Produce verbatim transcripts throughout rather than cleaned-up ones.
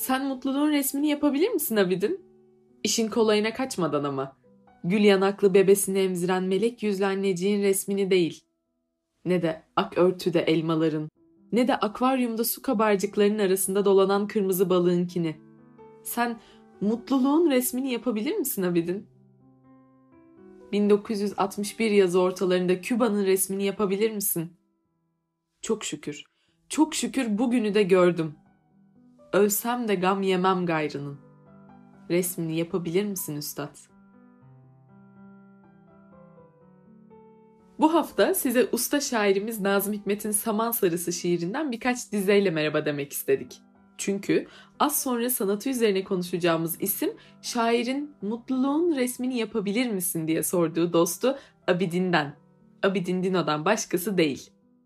Sen mutluluğun resmini yapabilir misin Abidin? İşin kolayına kaçmadan ama. Gül yanaklı bebesini emziren melek yüzlü anneciğin resmini değil. Ne de ak örtüde elmaların, ne de akvaryumda su kabarcıklarının arasında dolanan kırmızı balığınkini. Sen mutluluğun resmini yapabilir misin Abidin? bin dokuz yüz altmış bir yazı ortalarında Küba'nın resmini yapabilir misin? Çok şükür, çok şükür bugünü de gördüm. Ölsem de gam yemem gayrının. Resmini yapabilir misin üstad? Bu hafta size usta şairimiz Nazım Hikmet'in Saman Sarısı şiirinden birkaç dizeyle merhaba demek istedik. Çünkü az sonra sanatı üzerine konuşacağımız isim şairin mutluluğun resmini yapabilir misin diye sorduğu dostu Abidin'den. Abidin Dino'dan başkası değil.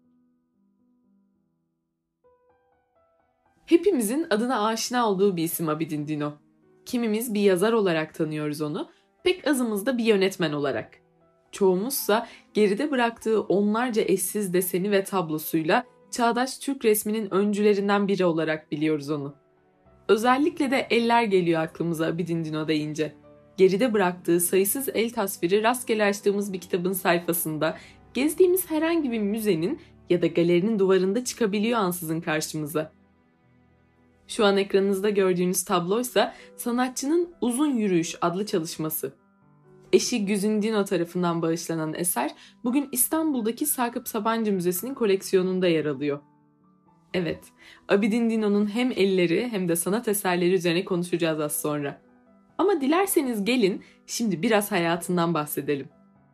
Hepimizin adına aşina olduğu bir isim Abidin Dino. Kimimiz bir yazar olarak tanıyoruz onu, pek azımız da bir yönetmen olarak. Çoğumuzsa geride bıraktığı onlarca eşsiz deseni ve tablosuyla çağdaş Türk resminin öncülerinden biri olarak biliyoruz onu. Özellikle de eller geliyor aklımıza Abidin Dino deyince. Geride bıraktığı sayısız el tasviri rastgele açtığımız bir kitabın sayfasında, gezdiğimiz herhangi bir müzenin ya da galerinin duvarında çıkabiliyor ansızın karşımıza. Şu an ekranınızda gördüğünüz tabloysa sanatçının Uzun Yürüyüş adlı çalışması. Eşi Güzin Dino tarafından bağışlanan eser bugün İstanbul'daki Sakıp Sabancı Müzesi'nin koleksiyonunda yer alıyor. Evet, Abidin Dino'nun hem elleri hem de sanat eserleri üzerine konuşacağız az sonra. Ama dilerseniz gelin şimdi biraz hayatından bahsedelim.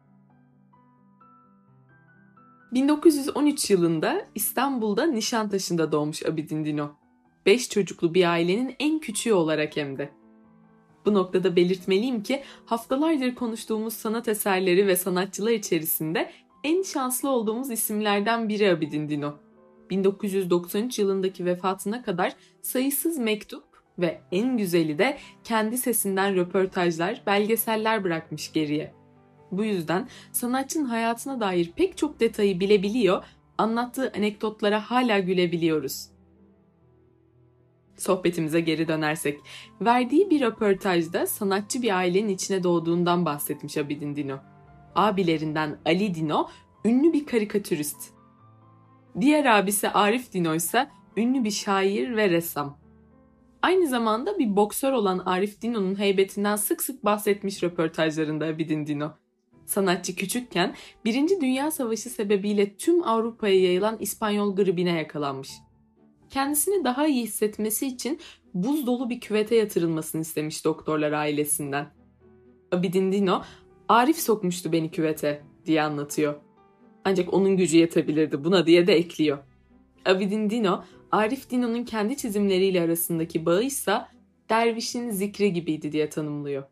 bin dokuz yüz on üç yılında İstanbul'da Nişantaşı'nda doğmuş Abidin Dino. Beş çocuklu bir ailenin en küçüğü olarak hem de. Bu noktada belirtmeliyim ki haftalardır konuştuğumuz sanat eserleri ve sanatçılar içerisinde en şanslı olduğumuz isimlerden biri Abidin Dino. bin dokuz yüz doksan üç yılındaki vefatına kadar sayısız mektup ve en güzeli de kendi sesinden röportajlar, belgeseller bırakmış geriye. Bu yüzden sanatçının hayatına dair pek çok detayı bilebiliyor, anlattığı anekdotlara hala gülebiliyoruz. Sohbetimize geri dönersek, verdiği bir röportajda sanatçı bir ailenin içine doğduğundan bahsetmiş Abidin Dino. Abilerinden Ali Dino, ünlü bir karikatürist. Diğer abisi Arif Dino ise ünlü bir şair ve ressam. Aynı zamanda bir boksör olan Arif Dino'nun heybetinden sık sık bahsetmiş röportajlarında Abidin Dino. Sanatçı küçükken Birinci Dünya Savaşı sebebiyle tüm Avrupa'ya yayılan İspanyol gribine yakalanmış. Kendisini daha iyi hissetmesi için buz dolu bir küvete yatırılmasını istemiş doktorlar ailesinden. Abidin Dino, Arif sokmuştu beni küvete diye anlatıyor. Ancak onun gücü yetebilirdi buna diye de ekliyor. Abidin Dino, Arif Dino'nun kendi çizimleriyle arasındaki bağı ise dervişin zikri gibiydi diye tanımlıyor.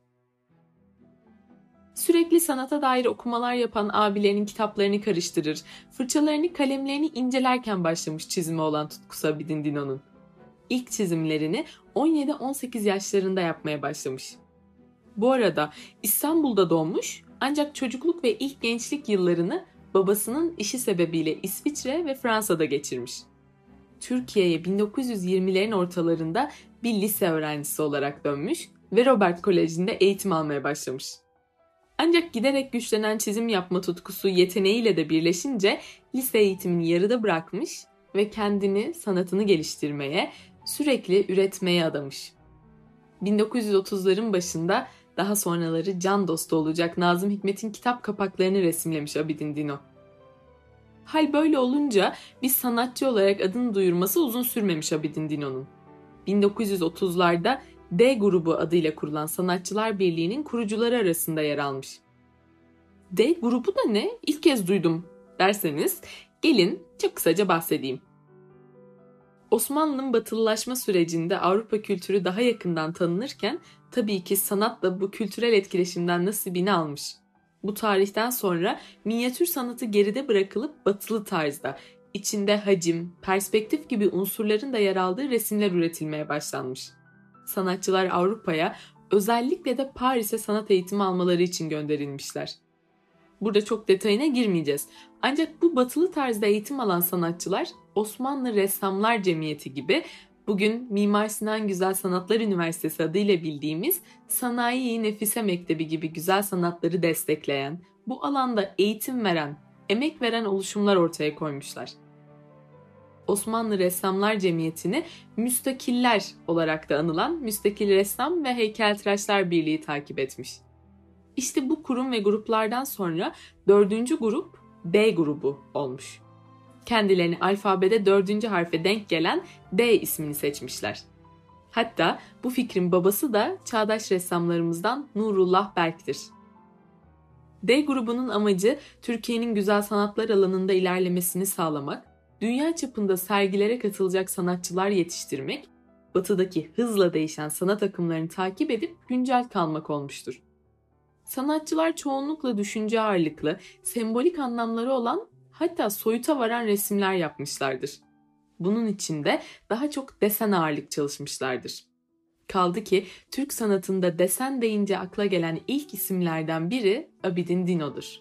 Sürekli sanata dair okumalar yapan abilerinin kitaplarını karıştırır, fırçalarını, kalemlerini incelerken başlamış çizime olan tutkusu Abidin Dino'nun. İlk çizimlerini on yedi on sekiz yaşlarında yapmaya başlamış. Bu arada İstanbul'da doğmuş ancak çocukluk ve ilk gençlik yıllarını babasının işi sebebiyle İsviçre ve Fransa'da geçirmiş. Türkiye'ye bin dokuz yüz yirmilerin ortalarında bir lise öğrencisi olarak dönmüş ve Robert Koleji'nde eğitim almaya başlamış. Ancak giderek güçlenen çizim yapma tutkusu yeteneğiyle de birleşince lise eğitimini yarıda bırakmış ve kendini, sanatını geliştirmeye, sürekli üretmeye adamış. bin dokuz yüz otuzların başında daha sonraları can dostu olacak Nazım Hikmet'in kitap kapaklarını resimlemiş Abidin Dino. Hal böyle olunca bir sanatçı olarak adını duyurması uzun sürmemiş Abidin Dino'nun. bin dokuz yüz otuzlarda D grubu adıyla kurulan Sanatçılar Birliği'nin kurucuları arasında yer almış. D grubu da ne? İlk kez duydum derseniz gelin çok kısaca bahsedeyim. Osmanlı'nın batılılaşma sürecinde Avrupa kültürü daha yakından tanınırken tabii ki sanat da bu kültürel etkileşimden nasibini almış. Bu tarihten sonra minyatür sanatı geride bırakılıp batılı tarzda, içinde hacim, perspektif gibi unsurların da yer aldığı resimler üretilmeye başlanmış. Sanatçılar Avrupa'ya, özellikle de Paris'e sanat eğitimi almaları için gönderilmişler. Burada çok detayına girmeyeceğiz. Ancak bu batılı tarzda eğitim alan sanatçılar Osmanlı Ressamlar Cemiyeti gibi Bugün Mimar Sinan Güzel Sanatlar Üniversitesi adıyla bildiğimiz Sanayi-i Nefise Mektebi gibi güzel sanatları destekleyen, bu alanda eğitim veren, emek veren oluşumlar ortaya koymuşlar. Osmanlı Ressamlar Cemiyeti'ni müstakiller olarak da anılan Müstakil Ressam ve Heykeltıraşlar Birliği takip etmiş. İşte bu kurum ve gruplardan sonra dördüncü grup D grubu olmuş. Kendilerini alfabede dördüncü harfe denk gelen D ismini seçmişler. Hatta bu fikrin babası da çağdaş ressamlarımızdan Nurullah Berk'tir. D grubunun amacı Türkiye'nin güzel sanatlar alanında ilerlemesini sağlamak, dünya çapında sergilere katılacak sanatçılar yetiştirmek, batıdaki hızla değişen sanat akımlarını takip edip güncel kalmak olmuştur. Sanatçılar çoğunlukla düşünce ağırlıklı, sembolik anlamları olan, hatta soyuta varan resimler yapmışlardır. Bunun için de daha çok desen ağırlık çalışmışlardır. Kaldı ki Türk sanatında desen deyince akla gelen ilk isimlerden biri Abidin Dino'dur.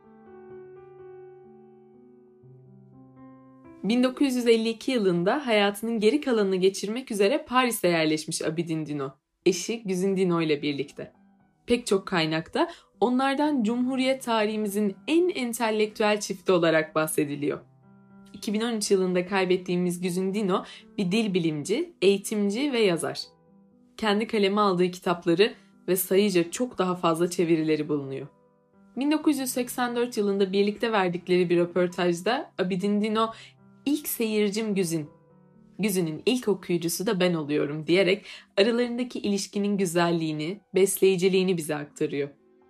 bin dokuz yüz elli iki yılında hayatının geri kalanını geçirmek üzere Paris'e yerleşmiş Abidin Dino, eşi Güzin Dino ile birlikte. Pek çok kaynakta onlardan Cumhuriyet tarihimizin en entelektüel çifti olarak bahsediliyor. iki bin on üç yılında kaybettiğimiz Güzin Dino bir dil bilimci, eğitimci ve yazar. Kendi kaleme aldığı kitapları ve sayıca çok daha fazla çevirileri bulunuyor. bin dokuz yüz seksen dört yılında birlikte verdikleri bir röportajda Abidin Dino, "İlk seyircim Güzin, Güzin'in ilk okuyucusu da ben oluyorum" diyerek aralarındaki ilişkinin güzelliğini, besleyiciliğini bize aktarıyor.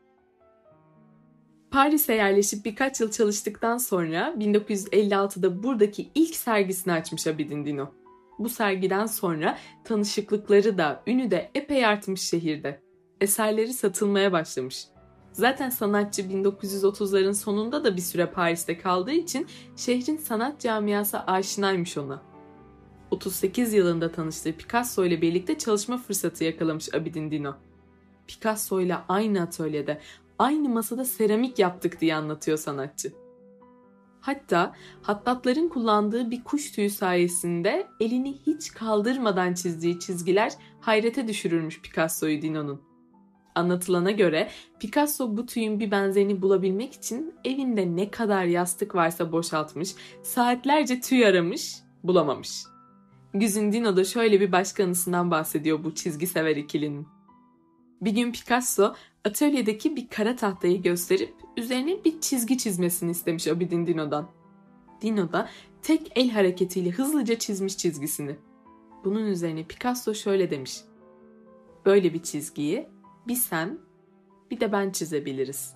Paris'e yerleşip birkaç yıl çalıştıktan sonra bin dokuz yüz elli altıda buradaki ilk sergisini açmış Abidin Dino. Bu sergiden sonra tanışıklıkları da, ünü de epey artmış şehirde. Eserleri satılmaya başlamış. Zaten sanatçı bin dokuz yüz otuzların sonunda da bir süre Paris'te kaldığı için şehrin sanat camiası aşinaymış ona. otuz sekiz yılında tanıştığı Picasso ile birlikte çalışma fırsatı yakalamış Abidin Dino. Picasso ile aynı atölyede, aynı masada seramik yaptık diye anlatıyor sanatçı. Hatta hattatların kullandığı bir kuş tüyü sayesinde elini hiç kaldırmadan çizdiği çizgiler hayrete düşürürmüş Picasso'yu Dino'nun. Anlatılana göre Picasso bu tüyün bir benzerini bulabilmek için evinde ne kadar yastık varsa boşaltmış, saatlerce tüy aramış, bulamamış. Güzin Dino da şöyle bir başka anısından bahsediyor bu çizgi sever ikilinin. Bir gün Picasso atölyedeki bir kara tahtayı gösterip üzerine bir çizgi çizmesini istemiş Abidin Dino'dan. Dino da tek el hareketiyle hızlıca çizmiş çizgisini. Bunun üzerine Picasso şöyle demiş: "Böyle bir çizgiyi bir sen, bir de ben çizebiliriz."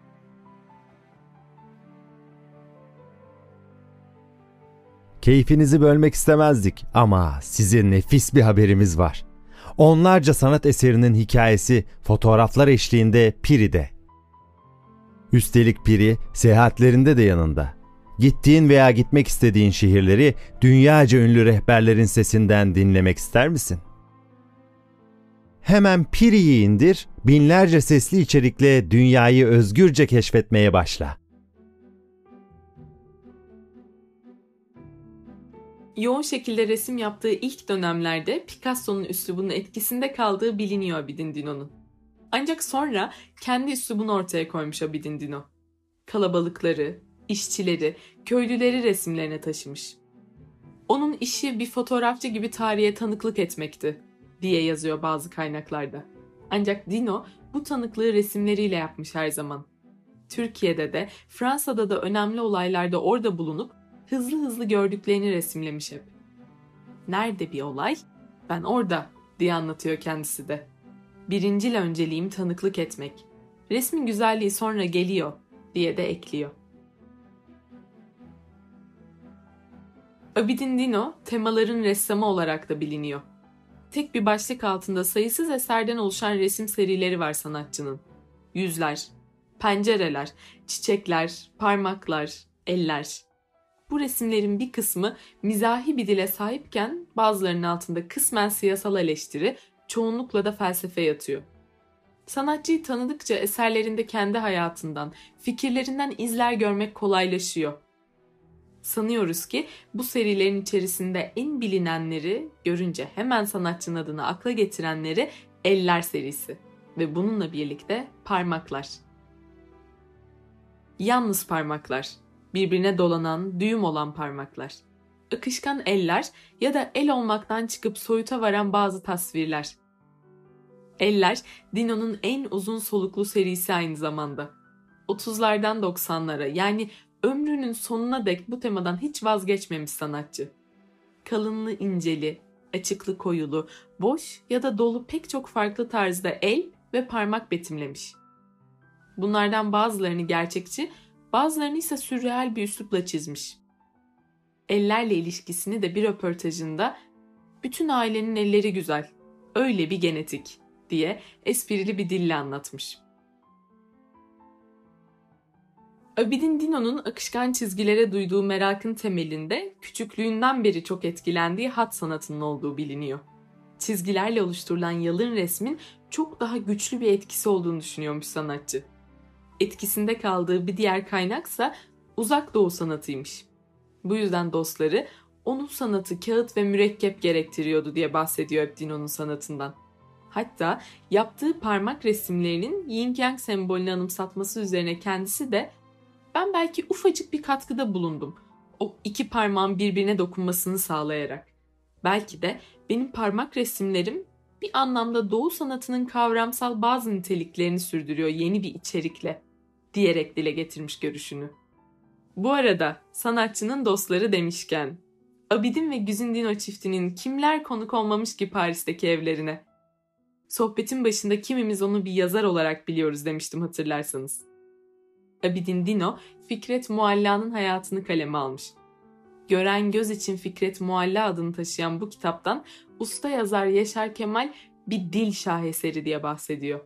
Keyfinizi bölmek istemezdik ama size nefis bir haberimiz var. Onlarca sanat eserinin hikayesi fotoğraflar eşliğinde Piri'de. Üstelik Piri seyahatlerinde de yanında. Gittiğin veya gitmek istediğin şehirleri dünyaca ünlü rehberlerin sesinden dinlemek ister misin? Hemen Piri'yi indir, binlerce sesli içerikle dünyayı özgürce keşfetmeye başla. Yoğun şekilde resim yaptığı ilk dönemlerde Picasso'nun üslubunun etkisinde kaldığı biliniyor Abidin Dino'nun. Ancak sonra kendi üslubunu ortaya koymuş Abidin Dino. Kalabalıkları, işçileri, köylüleri resimlerine taşımış. Onun işi bir fotoğrafçı gibi tarihe tanıklık etmekti diye yazıyor bazı kaynaklarda. Ancak Dino bu tanıklığı resimleriyle yapmış her zaman. Türkiye'de de Fransa'da da önemli olaylarda orada bulunup hızlı hızlı gördüklerini resimlemiş hep. Nerede bir olay? Ben orada diye anlatıyor kendisi de. Birincil önceliğim tanıklık etmek. Resmin güzelliği sonra geliyor diye de ekliyor. Abidin Dino temaların ressamı olarak da biliniyor. Tek bir başlık altında sayısız eserden oluşan resim serileri var sanatçının. Yüzler, pencereler, çiçekler, parmaklar, eller. Bu resimlerin bir kısmı mizahi bir dile sahipken bazılarının altında kısmen siyasal eleştiri, çoğunlukla da felsefe yatıyor. Sanatçıyı tanıdıkça eserlerinde kendi hayatından, fikirlerinden izler görmek kolaylaşıyor. Sanıyoruz ki bu serilerin içerisinde en bilinenleri, görünce hemen sanatçının adını akla getirenleri Eller serisi ve bununla birlikte parmaklar. Yalnız parmaklar, birbirine dolanan, düğüm olan parmaklar. Akışkan eller ya da el olmaktan çıkıp soyuta varan bazı tasvirler. Eller, Dino'nun en uzun soluklu serisi aynı zamanda. otuzlardan doksanlara yani ömrünün sonuna dek bu temadan hiç vazgeçmemiş sanatçı. Kalınlı inceli, açıklı koyulu, boş ya da dolu pek çok farklı tarzda el ve parmak betimlemiş. Bunlardan bazılarını gerçekçi, bazılarını ise sürreal bir üslupla çizmiş. Ellerle ilişkisini de bir röportajında "Bütün ailenin elleri güzel, öyle bir genetik" diye esprili bir dille anlatmış. Abidin Dino'nun akışkan çizgilere duyduğu merakın temelinde küçüklüğünden beri çok etkilendiği hat sanatının olduğu biliniyor. Çizgilerle oluşturulan yalın resmin çok daha güçlü bir etkisi olduğunu düşünüyormuş sanatçı. Etkisinde kaldığı bir diğer kaynaksa Uzak Doğu sanatıymış. Bu yüzden dostları onun sanatı kağıt ve mürekkep gerektiriyordu diye bahsediyor Dino'nun sanatından. Hatta yaptığı parmak resimlerinin yin yang sembolünü anımsatması üzerine kendisi de "Ben belki ufacık bir katkıda bulundum. O iki parmağın birbirine dokunmasını sağlayarak. Belki de benim parmak resimlerim bir anlamda Doğu sanatının kavramsal bazı niteliklerini sürdürüyor yeni bir içerikle" diyerek dile getirmiş görüşünü. Bu arada sanatçının dostları demişken, Abidin ve Güzin Dino çiftinin kimler konuk olmamış ki Paris'teki evlerine? Sohbetin başında kimimiz onu bir yazar olarak biliyoruz demiştim hatırlarsanız. Abidin Dino, Fikret Mualla'nın hayatını kaleme almış. Gören göz için Fikret Mualla adını taşıyan bu kitaptan usta yazar Yaşar Kemal bir dil şaheseri diye bahsediyor.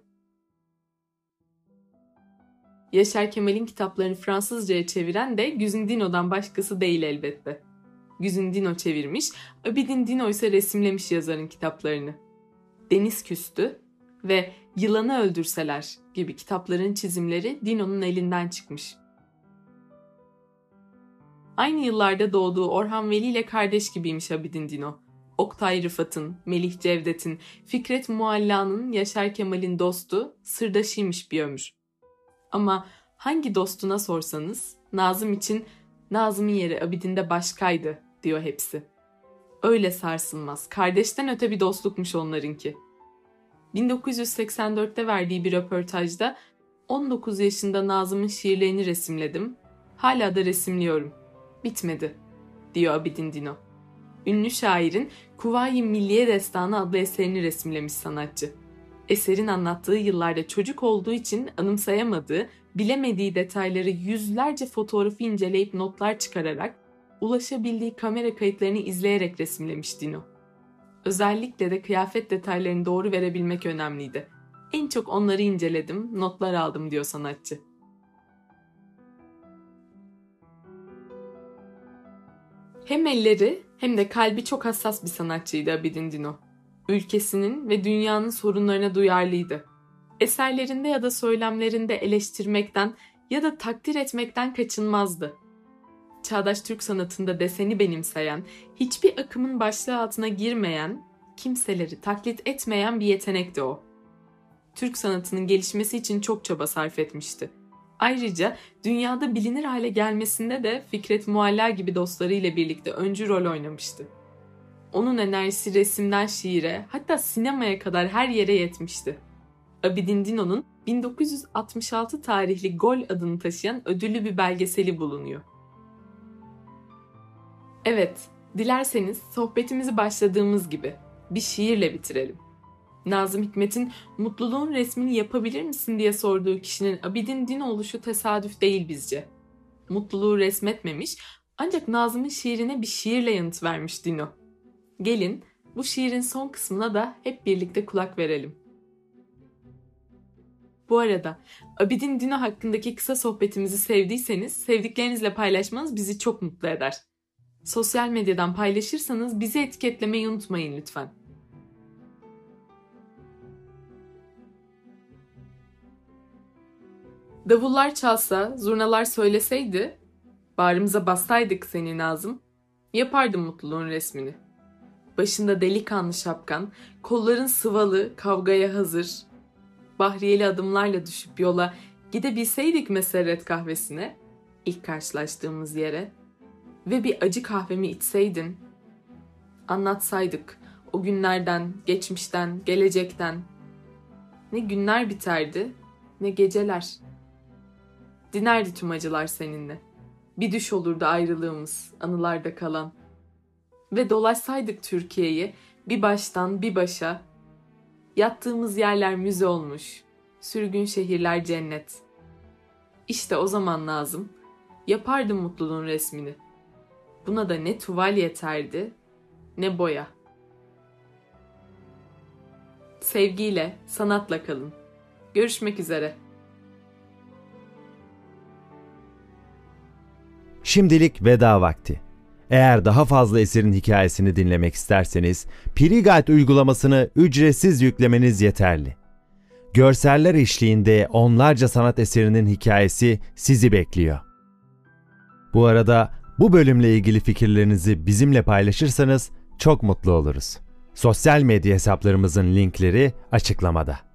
Yaşar Kemal'in kitaplarını Fransızca'ya çeviren de Güzin Dino'dan başkası değil elbette. Güzin Dino çevirmiş, Abidin Dino ise resimlemiş yazarın kitaplarını. Deniz Küstü ve Yılanı Öldürseler gibi kitapların çizimleri Dino'nun elinden çıkmış. Aynı yıllarda doğduğu Orhan Veli ile kardeş gibiymiş Abidin Dino. Oktay Rıfat'ın, Melih Cevdet'in, Fikret Mualla'nın, Yaşar Kemal'in dostu, sırdaşıymış bir ömür. Ama hangi dostuna sorsanız Nazım için "Nazım'ın yeri Abidin'de başkaydı" diyor hepsi. Öyle sarsılmaz, kardeşten öte bir dostlukmuş onlarınki. bin dokuz yüz seksen dörtte verdiği bir röportajda on dokuz yaşında Nazım'ın şiirlerini resimledim. Hala da resimliyorum. Bitmedi, diyor Abidin Dino. Ünlü şairin Kuvayi Milliye Destanı adlı eserini resimlemiş sanatçı. Eserin anlattığı yıllarda çocuk olduğu için anımsayamadığı, bilemediği detayları yüzlerce fotoğrafı inceleyip notlar çıkararak, ulaşabildiği kamera kayıtlarını izleyerek resimlemiş Dino. Özellikle de kıyafet detaylarını doğru verebilmek önemliydi. En çok onları inceledim, notlar aldım diyor sanatçı. Hem elleri hem de kalbi çok hassas bir sanatçıydı Abidin Dino. Ülkesinin ve dünyanın sorunlarına duyarlıydı. Eserlerinde ya da söylemlerinde eleştirmekten ya da takdir etmekten kaçınmazdı. Çağdaş Türk sanatında deseni benimseyen, hiçbir akımın başlığı altına girmeyen, kimseleri taklit etmeyen bir yetenekti o. Türk sanatının gelişmesi için çok çaba sarf etmişti. Ayrıca dünyada bilinir hale gelmesinde de Fikret Mualla gibi dostlarıyla birlikte öncü rol oynamıştı. Onun enerjisi resimden şiire, hatta sinemaya kadar her yere yetmişti. Abidin Dino'nun bin dokuz yüz altmış altı tarihli Gol adını taşıyan ödüllü bir belgeseli bulunuyor. Evet, dilerseniz sohbetimizi başladığımız gibi bir şiirle bitirelim. Nazım Hikmet'in "Mutluluğun resmini yapabilir misin?" diye sorduğu kişinin Abidin Dino oluşu tesadüf değil bizce. Mutluluğu resmetmemiş ancak Nazım'ın şiirine bir şiirle yanıt vermiş Dino. Gelin bu şiirin son kısmına da hep birlikte kulak verelim. Bu arada Abidin Dino hakkındaki kısa sohbetimizi sevdiyseniz sevdiklerinizle paylaşmanız bizi çok mutlu eder. Sosyal medyadan paylaşırsanız bizi etiketlemeyi unutmayın lütfen. Davullar çalsa, zurnalar söyleseydi, Bağrımıza bassaydık seni Nazım, yapardım mutluluğun resmini. Başında delikanlı şapkan, kolların sıvalı, kavgaya hazır. Bahriyeli adımlarla düşüp yola gidebilseydik Meseret kahvesine, ilk karşılaştığımız yere ve bir acı kahvemi içseydin, anlatsaydık o günlerden, geçmişten, gelecekten. Ne günler biterdi, ne geceler. Dinerdi tüm acılar seninle. Bir düş olurdu ayrılığımız, anılarda kalan. Ve dolaşsaydık Türkiye'yi bir baştan bir başa. Yattığımız yerler müze olmuş, sürgün şehirler cennet. İşte o zaman Nazım, yapardım mutluluğun resmini. Buna da ne tuval yeterdi, ne boya. Sevgiyle, sanatla kalın. Görüşmek üzere. Şimdilik veda vakti. Eğer daha fazla eserin hikayesini dinlemek isterseniz Piri Guide uygulamasını ücretsiz yüklemeniz yeterli. Görseller eşliğinde onlarca sanat eserinin hikayesi sizi bekliyor. Bu arada bu bölümle ilgili fikirlerinizi bizimle paylaşırsanız çok mutlu oluruz. Sosyal medya hesaplarımızın linkleri açıklamada.